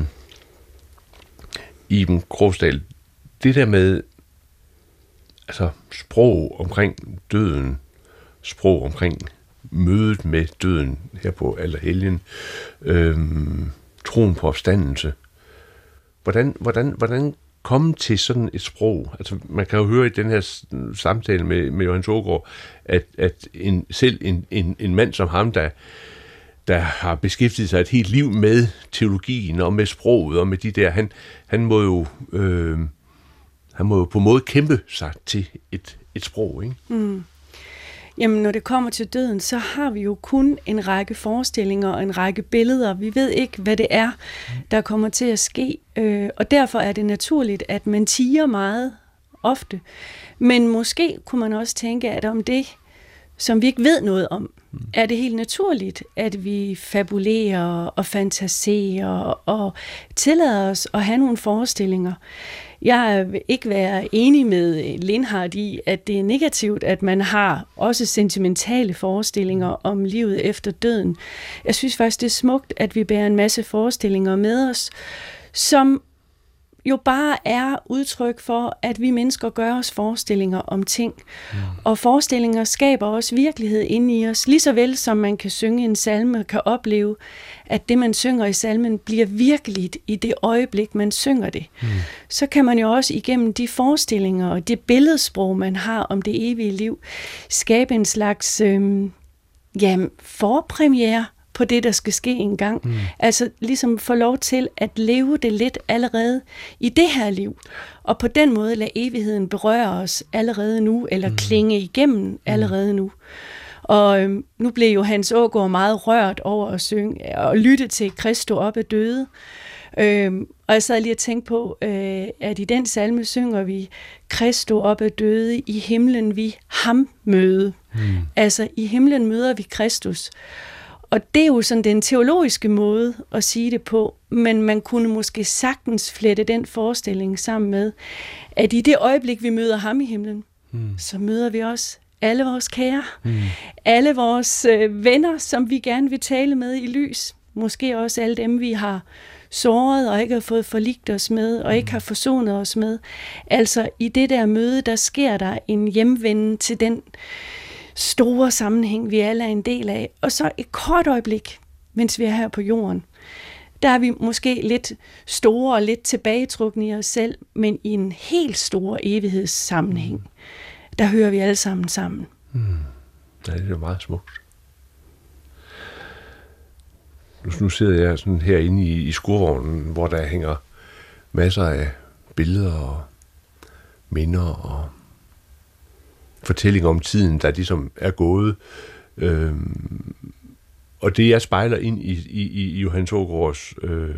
Iben Krogsdal, det der med altså sprog omkring døden, sprog omkring mødet med døden her på Allerhelgen, øhm, troen på opstandelse. Hvordan, hvordan, hvordan komme til sådan et sprog? Altså, man kan jo høre i den her samtale med, med Johan Thorgård, at, at en, selv en, en, en mand som ham, der, der har beskæftiget sig et helt liv med teologien og med sproget og med de der, han, han må jo øh, han må jo på en måde kæmpe sig til et, et sprog, ikke? Mm. Jamen, når det kommer til døden, så har vi jo kun en række forestillinger og en række billeder. Vi ved ikke, hvad det er, der kommer til at ske. Og derfor er det naturligt, at man tiger meget ofte. Men måske kunne man også tænke, at om det, som vi ikke ved noget om, er det helt naturligt, at vi fabulerer og fantaserer og tillader os at have nogle forestillinger. Jeg vil ikke være enig med Lindhardt i, at det er negativt, at man har også sentimentale forestillinger om livet efter døden. Jeg synes faktisk, det er smukt, at vi bærer en masse forestillinger med os, som jo bare er udtryk for, at vi mennesker gør os forestillinger om ting. Mm. Og forestillinger skaber også virkelighed inde i os, lige så vel som man kan synge en salme, kan opleve, at det, man synger i salmen, bliver virkeligt i det øjeblik, man synger det. Mm. Så kan man jo også igennem de forestillinger og det billedsprog, man har om det evige liv, skabe en slags øh, ja, forpremiere på det, der skal ske engang. Mm. Altså ligesom få lov til at leve det lidt allerede i det her liv, og på den måde lade evigheden berøre os allerede nu, eller mm. klinge igennem allerede nu. Og øhm, nu blev Johannes Aagaard meget rørt over at synge og lytte til Kristo op af døde. Øhm, og jeg sad lige og tænkte på, øh, at i den salme synger vi Kristo op af døde, i himlen vi ham møde. Mm. Altså i himlen møder vi Kristus. Og det er jo sådan den teologiske måde at sige det på, men man kunne måske sagtens flette den forestilling sammen med, at i det øjeblik, vi møder ham i himlen, mm. så møder vi også alle vores kære, mm. alle vores øh, venner, som vi gerne vil tale med i lys. Måske også alle dem, vi har såret og ikke har fået forligt os med, og ikke har forsonet os med. Altså i det der møde, der sker der en hjemvenden til den store sammenhæng, vi alle er en del af. Og så et kort øjeblik, mens vi er her på jorden, der er vi måske lidt store og lidt tilbagetrukne i os selv, men i en helt stor evighedssammenhæng, der hører vi alle sammen sammen. Mm. Ja, det er jo meget smukt. Nu, nu sidder jeg sådan herinde i, i skurvognen, hvor der hænger masser af billeder og minder og fortællinger om tiden, der ligesom er gået. Øhm, og det, jeg spejler ind i, i, i Johannes Aagaards øh,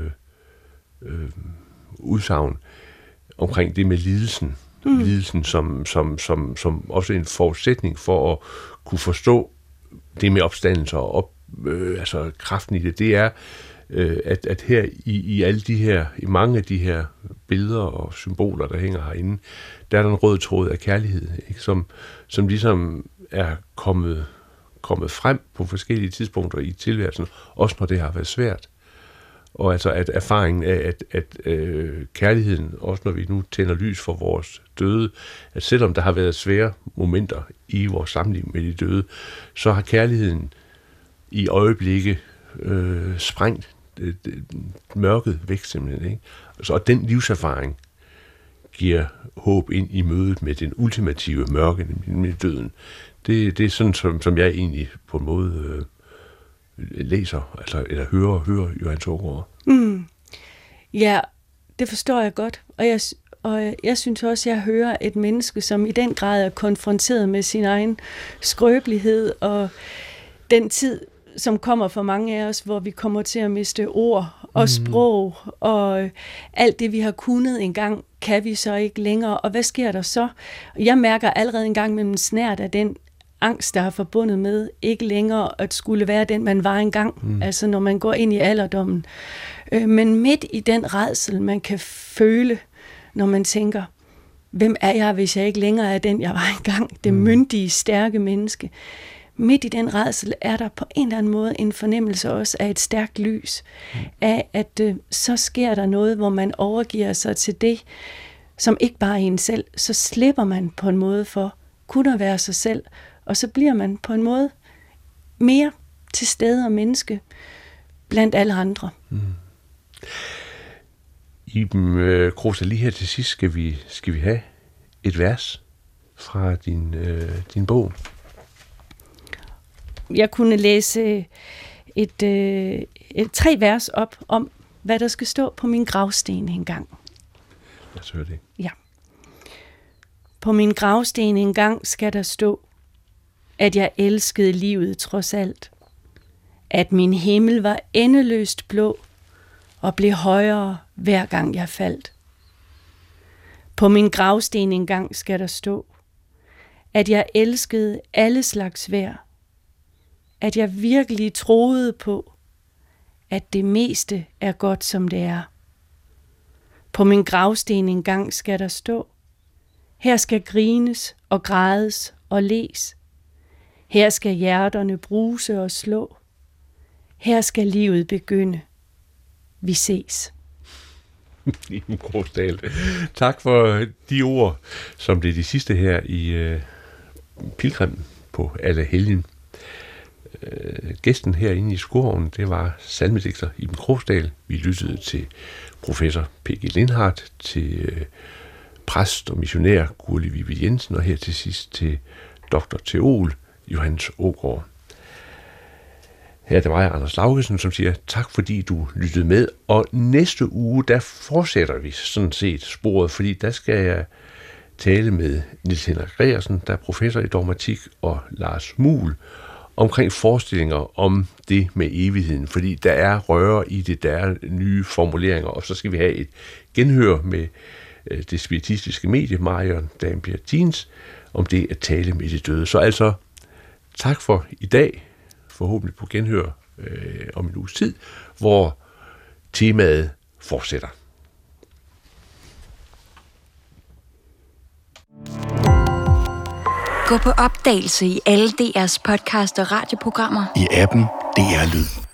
øh, udsagn omkring det med lidelsen, mm. lidelsen som, som, som, som også en forudsætning for at kunne forstå det med opstandelse og op, øh, altså kraften i det, det er, øh, at, at her i, i alle de her, i mange af de her billeder og symboler, der hænger herinde, der er der en rød tråd af kærlighed, ikke? Som, som ligesom er kommet, kommet frem på forskellige tidspunkter i tilværelsen, også når det har været svært. Og altså at erfaringen af, at, at øh, kærligheden, også når vi nu tænder lys for vores døde, at selvom der har været svære momenter i vores samliv med de døde, så har kærligheden i øjeblikke øh, sprængt det, det, mørket væk simpelthen. Ikke? Så, og den livserfaring giver håb ind i mødet med den ultimative mørke, med døden. Det, det er sådan, som, som jeg egentlig på en måde øh, læser, altså, eller hører, hører Johannes Aagaard. Mm. Ja, det forstår jeg godt. Og jeg, og jeg synes også, at jeg hører et menneske, som i den grad er konfronteret med sin egen skrøbelighed, og den tid, som kommer for mange af os, hvor vi kommer til at miste ord og sprog, og alt det, vi har kunnet engang, kan vi så ikke længere. Og hvad sker der så? Jeg mærker allerede en gang mellem snært af den angst, der er forbundet med ikke længere at skulle være den, man var engang. Mm. Altså når man går ind i alderdommen. Øh, men midt i den rædsel, man kan føle, når man tænker, hvem er jeg, hvis jeg ikke længere er den, jeg var engang? Det myndige, stærke menneske. Midt i den rædsel er der på en eller anden måde en fornemmelse også af et stærkt lys. Mm. Af at øh, så sker der noget, hvor man overgiver sig til det, som ikke bare er en selv. Så slipper man på en måde for kun at være sig selv. Og så bliver man på en måde mere til stede og menneske blandt alle andre. Mm. Iben øh, Krogsdal, lige her til sidst skal vi, skal vi have et vers fra din, øh, din bog. Jeg kunne læse et, øh, et tre vers op om, hvad der skal stå på min gravsten engang. Jeg hører det. Ja. På min gravsten engang skal der stå, at jeg elskede livet trods alt. At min himmel var endeløst blå og blev højere hver gang jeg faldt. På min gravsten engang skal der stå, at jeg elskede alle slags vejr. At jeg virkelig troede på, at det meste er godt som det er. På min gravsten engang skal der stå, her skal grines og grædes og les. Her skal hjerterne bruse og slå. Her skal livet begynde. Vi ses. Iben Krogsdal. Tak for de ord, som det er de sidste her i uh, Pilgrim på Allehelgen. Uh, gæsten herinde i skurvognen, det var salmedigter Iben Krogsdal. Vi lyttede til professor P G Lindhardt, til uh, præst og missionær Gurli Vivi Jensen, og her til sidst til doktor teol Johannes Aagaard. Her er det mig, Anders Laugesen, som siger tak, fordi du lyttede med. Og næste uge, der fortsætter vi sådan set sporet, fordi der skal jeg tale med Niels Henrik Gregersen, der er professor i dogmatik, og Lars Muhl, omkring forestillinger om det med evigheden, fordi der er røre i det, der er nye formuleringer, og så skal vi have et genhør med det spiritistiske medie, Marion Dambier-Jeans, om det at tale med de døde. Så altså, tak for i dag, forhåbentlig på genhør øh, om en uges tid, hvor temaet fortsætter. Gå på opdagelse i alle D R's podcast og radioprogrammer. I appen D R Lyd.